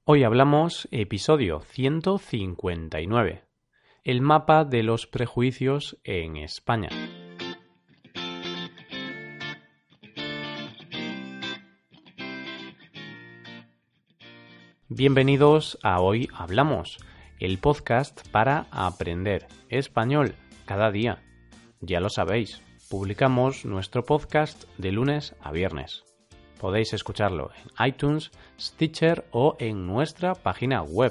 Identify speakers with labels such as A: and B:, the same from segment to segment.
A: Hoy hablamos episodio 159, el mapa de los prejuicios en España. Bienvenidos a Hoy Hablamos, el podcast para aprender español cada día. Ya lo sabéis, publicamos nuestro podcast de lunes a viernes. Podéis escucharlo en iTunes, Stitcher o en nuestra página web,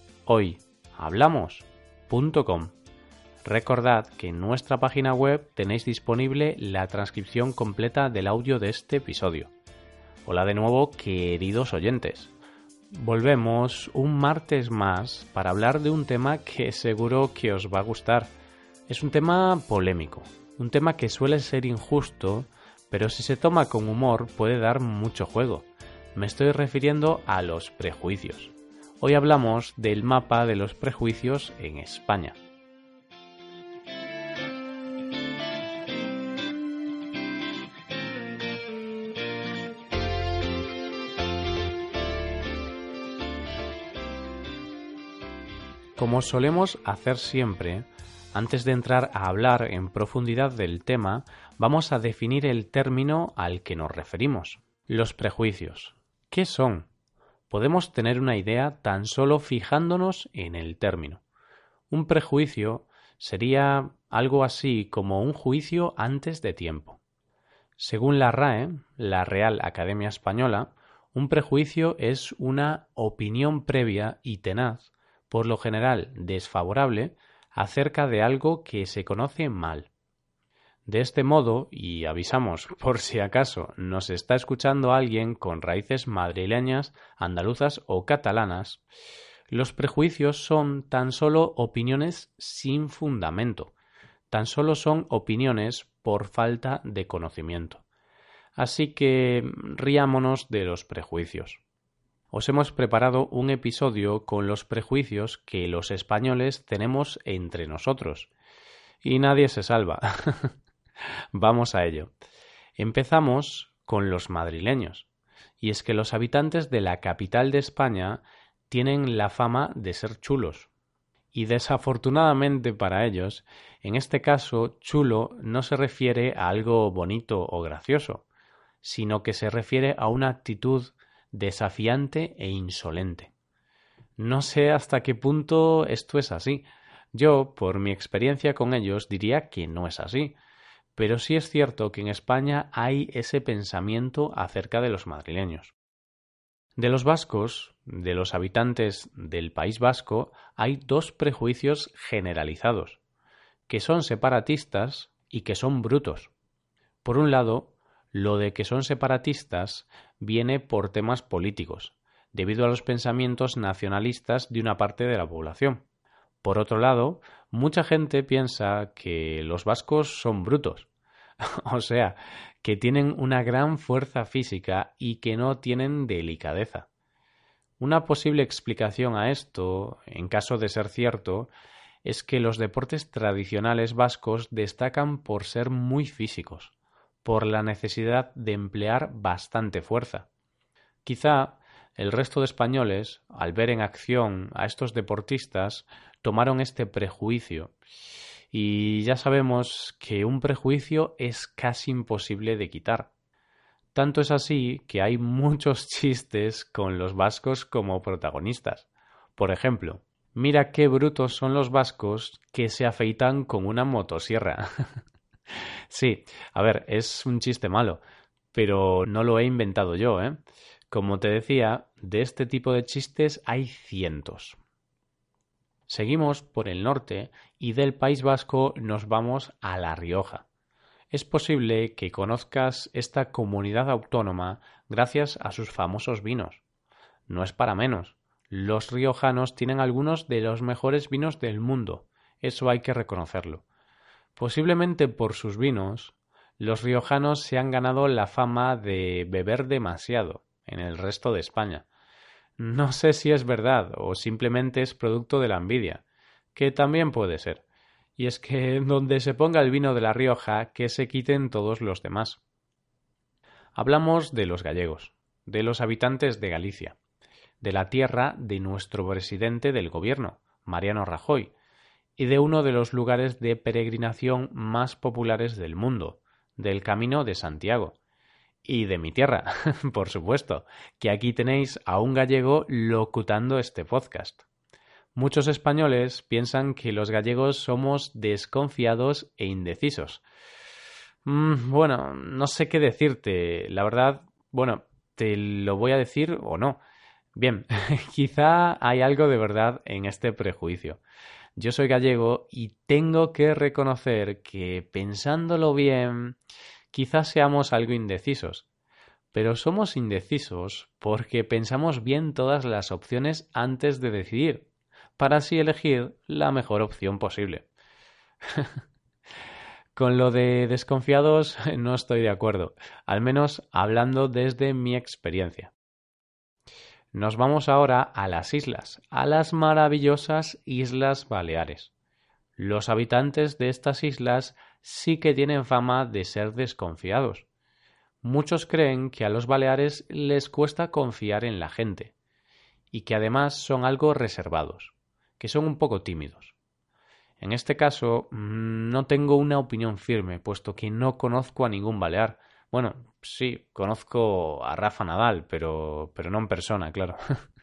A: hoyhablamos.com. Recordad que en nuestra página web tenéis disponible la transcripción completa del audio de este episodio. Hola de nuevo, queridos oyentes. Volvemos un martes más para hablar de un tema que seguro que os va a gustar. Es un tema polémico, un tema que suele ser injusto, pero si se toma con humor puede dar mucho juego. Me estoy refiriendo a los prejuicios. Hoy hablamos del mapa de los prejuicios en España. Como solemos hacer siempre, antes de entrar a hablar en profundidad del tema, vamos a definir el término al que nos referimos. Los prejuicios. ¿Qué son? Podemos tener una idea tan solo fijándonos en el término. Un prejuicio sería algo así como un juicio antes de tiempo. Según la RAE, la Real Academia Española, un prejuicio es una opinión previa y tenaz, por lo general desfavorable, acerca de algo que se conoce mal. De este modo, y avisamos por si acaso nos está escuchando alguien con raíces madrileñas, andaluzas o catalanas, los prejuicios son tan solo opiniones sin fundamento, tan solo son opiniones por falta de conocimiento. Así que riámonos de los prejuicios. Os hemos preparado un episodio con los prejuicios que los españoles tenemos entre nosotros. Y nadie se salva. Vamos a ello. Empezamos con los madrileños. Y es que los habitantes de la capital de España tienen la fama de ser chulos. Y desafortunadamente para ellos, en este caso, chulo no se refiere a algo bonito o gracioso, sino que se refiere a una actitud desafiante e insolente. No sé hasta qué punto esto es así. Yo, por mi experiencia con ellos, diría que no es así. Pero sí es cierto que en España hay ese pensamiento acerca de los madrileños. De los vascos, de los habitantes del País Vasco, hay dos prejuicios generalizados, que son separatistas y que son brutos. Por un lado, lo de que son separatistas viene por temas políticos, debido a los pensamientos nacionalistas de una parte de la población. Por otro lado, mucha gente piensa que los vascos son brutos, o sea, que tienen una gran fuerza física y que no tienen delicadeza. Una posible explicación a esto, en caso de ser cierto, es que los deportes tradicionales vascos destacan por ser muy físicos, por la necesidad de emplear bastante fuerza. Quizá el resto de españoles, al ver en acción a estos deportistas, tomaron este prejuicio. Y ya sabemos que un prejuicio es casi imposible de quitar. Tanto es así que hay muchos chistes con los vascos como protagonistas. Por ejemplo, mira qué brutos son los vascos que se afeitan con una motosierra. Sí, a ver, es un chiste malo, pero no lo he inventado yo, ¿eh? Como te decía, de este tipo de chistes hay cientos. Seguimos por el norte y del País Vasco nos vamos a La Rioja. Es posible que conozcas esta comunidad autónoma gracias a sus famosos vinos. No es para menos. Los riojanos tienen algunos de los mejores vinos del mundo. Eso hay que reconocerlo. Posiblemente por sus vinos, los riojanos se han ganado la fama de beber demasiado en el resto de España. No sé si es verdad o simplemente es producto de la envidia, que también puede ser. Y es que donde se ponga el vino de La Rioja, que se quiten todos los demás. Hablamos de los gallegos, de los habitantes de Galicia. de la tierra de nuestro presidente del gobierno, Mariano Rajoy, y de uno de los lugares de peregrinación más populares del mundo, del Camino de Santiago. Y de mi tierra, por supuesto, que aquí tenéis a un gallego locutando este podcast. Muchos españoles piensan que los gallegos somos desconfiados e indecisos. Bueno, no sé qué decirte. La verdad, bueno, te lo voy a decir o no. Bien, quizá hay algo de verdad en este prejuicio. Yo soy gallego y tengo que reconocer que, pensándolo bien, quizás seamos algo indecisos. Pero somos indecisos porque pensamos bien todas las opciones antes de decidir, para así elegir la mejor opción posible. Con lo de desconfiados no estoy de acuerdo, al menos hablando desde mi experiencia. Nos vamos ahora a las islas, a las maravillosas Islas Baleares. Los habitantes de estas islas sí que tienen fama de ser desconfiados. Muchos creen que a los baleares les cuesta confiar en la gente y que además son algo reservados, que son un poco tímidos. En este caso, no tengo una opinión firme, puesto que no conozco a ningún balear. Bueno, sí, conozco a Rafa Nadal, pero no en persona, claro.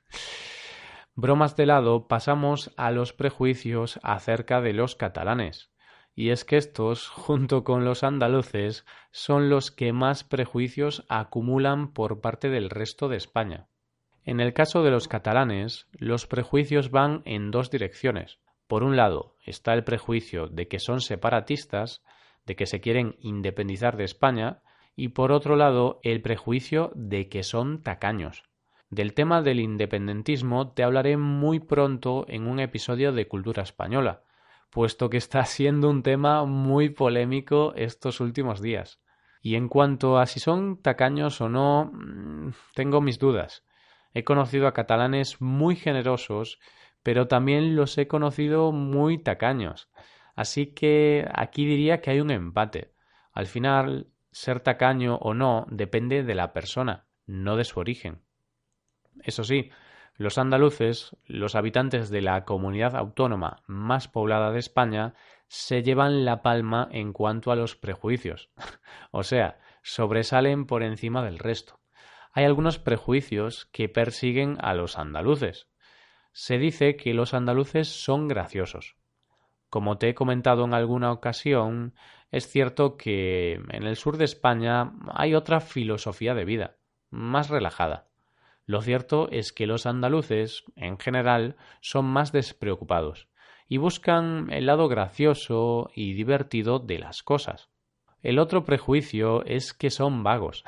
A: Bromas de lado, pasamos a los prejuicios acerca de los catalanes. Y es que estos, junto con los andaluces, son los que más prejuicios acumulan por parte del resto de España. En el caso de los catalanes, los prejuicios van en dos direcciones. Por un lado está el prejuicio de que son separatistas, de que se quieren independizar de España, y por otro lado el prejuicio de que son tacaños. Del tema del independentismo te hablaré muy pronto en un episodio de Cultura Española, puesto que está siendo un tema muy polémico estos últimos días. Y en cuanto a si son tacaños o no, tengo mis dudas. He conocido a catalanes muy generosos, pero también los he conocido muy tacaños. Así que aquí diría que hay un empate. Al final, ser tacaño o no depende de la persona, no de su origen. Eso sí, los andaluces, los habitantes de la comunidad autónoma más poblada de España, se llevan la palma en cuanto a los prejuicios. O sea, sobresalen por encima del resto. Hay algunos prejuicios que persiguen a los andaluces. Se dice que los andaluces son graciosos. Como te he comentado en alguna ocasión, es cierto que en el sur de España hay otra filosofía de vida, más relajada. Lo cierto es que los andaluces, en general, son más despreocupados y buscan el lado gracioso y divertido de las cosas. El otro prejuicio es que son vagos.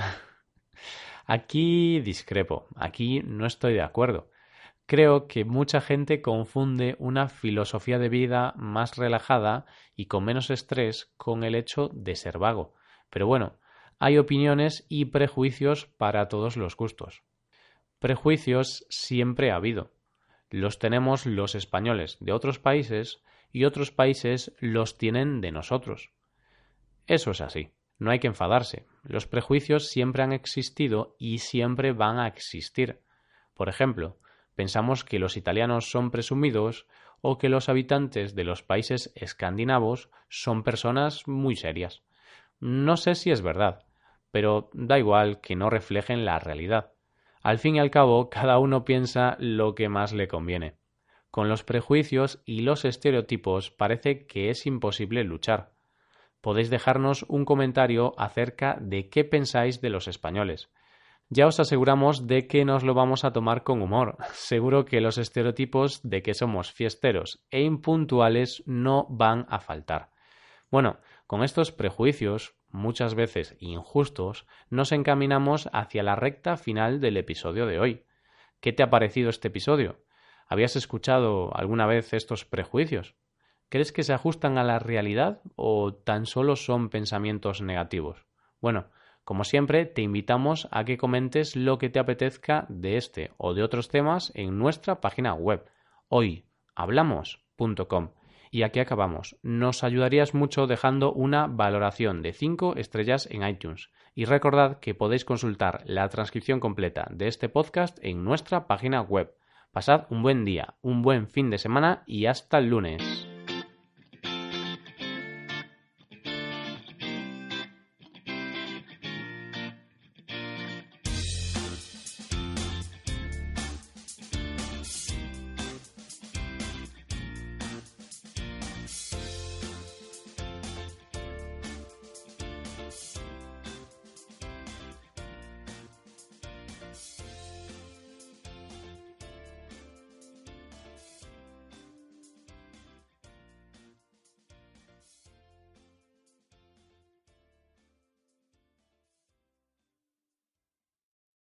A: Aquí discrepo, aquí no estoy de acuerdo. Creo que mucha gente confunde una filosofía de vida más relajada y con menos estrés con el hecho de ser vago. Pero bueno, hay opiniones y prejuicios para todos los gustos. Prejuicios siempre ha habido. Los tenemos los españoles de otros países y otros países los tienen de nosotros. Eso es así. No hay que enfadarse. Los prejuicios siempre han existido y siempre van a existir. Por ejemplo, pensamos que los italianos son presumidos o que los habitantes de los países escandinavos son personas muy serias. No sé si es verdad, pero da igual que no reflejen la realidad. Al fin y al cabo, cada uno piensa lo que más le conviene. Con los prejuicios y los estereotipos parece que es imposible luchar. Podéis dejarnos un comentario acerca de qué pensáis de los españoles. Ya os aseguramos de que nos lo vamos a tomar con humor. Seguro que los estereotipos de que somos fiesteros e impuntuales no van a faltar. Bueno, con estos prejuicios, muchas veces injustos, nos encaminamos hacia la recta final del episodio de hoy. ¿Qué te ha parecido este episodio? ¿Habías escuchado alguna vez estos prejuicios? ¿Crees que se ajustan a la realidad o tan solo son pensamientos negativos? Bueno, como siempre, te invitamos a que comentes lo que te apetezca de este o de otros temas en nuestra página web, hoyhablamos.com. Y aquí acabamos. Nos ayudarías mucho dejando una valoración de 5 estrellas en iTunes Y recordad que podéis consultar la transcripción completa de este podcast en nuestra página web. Pasad un buen día, un buen fin de semana y hasta el lunes.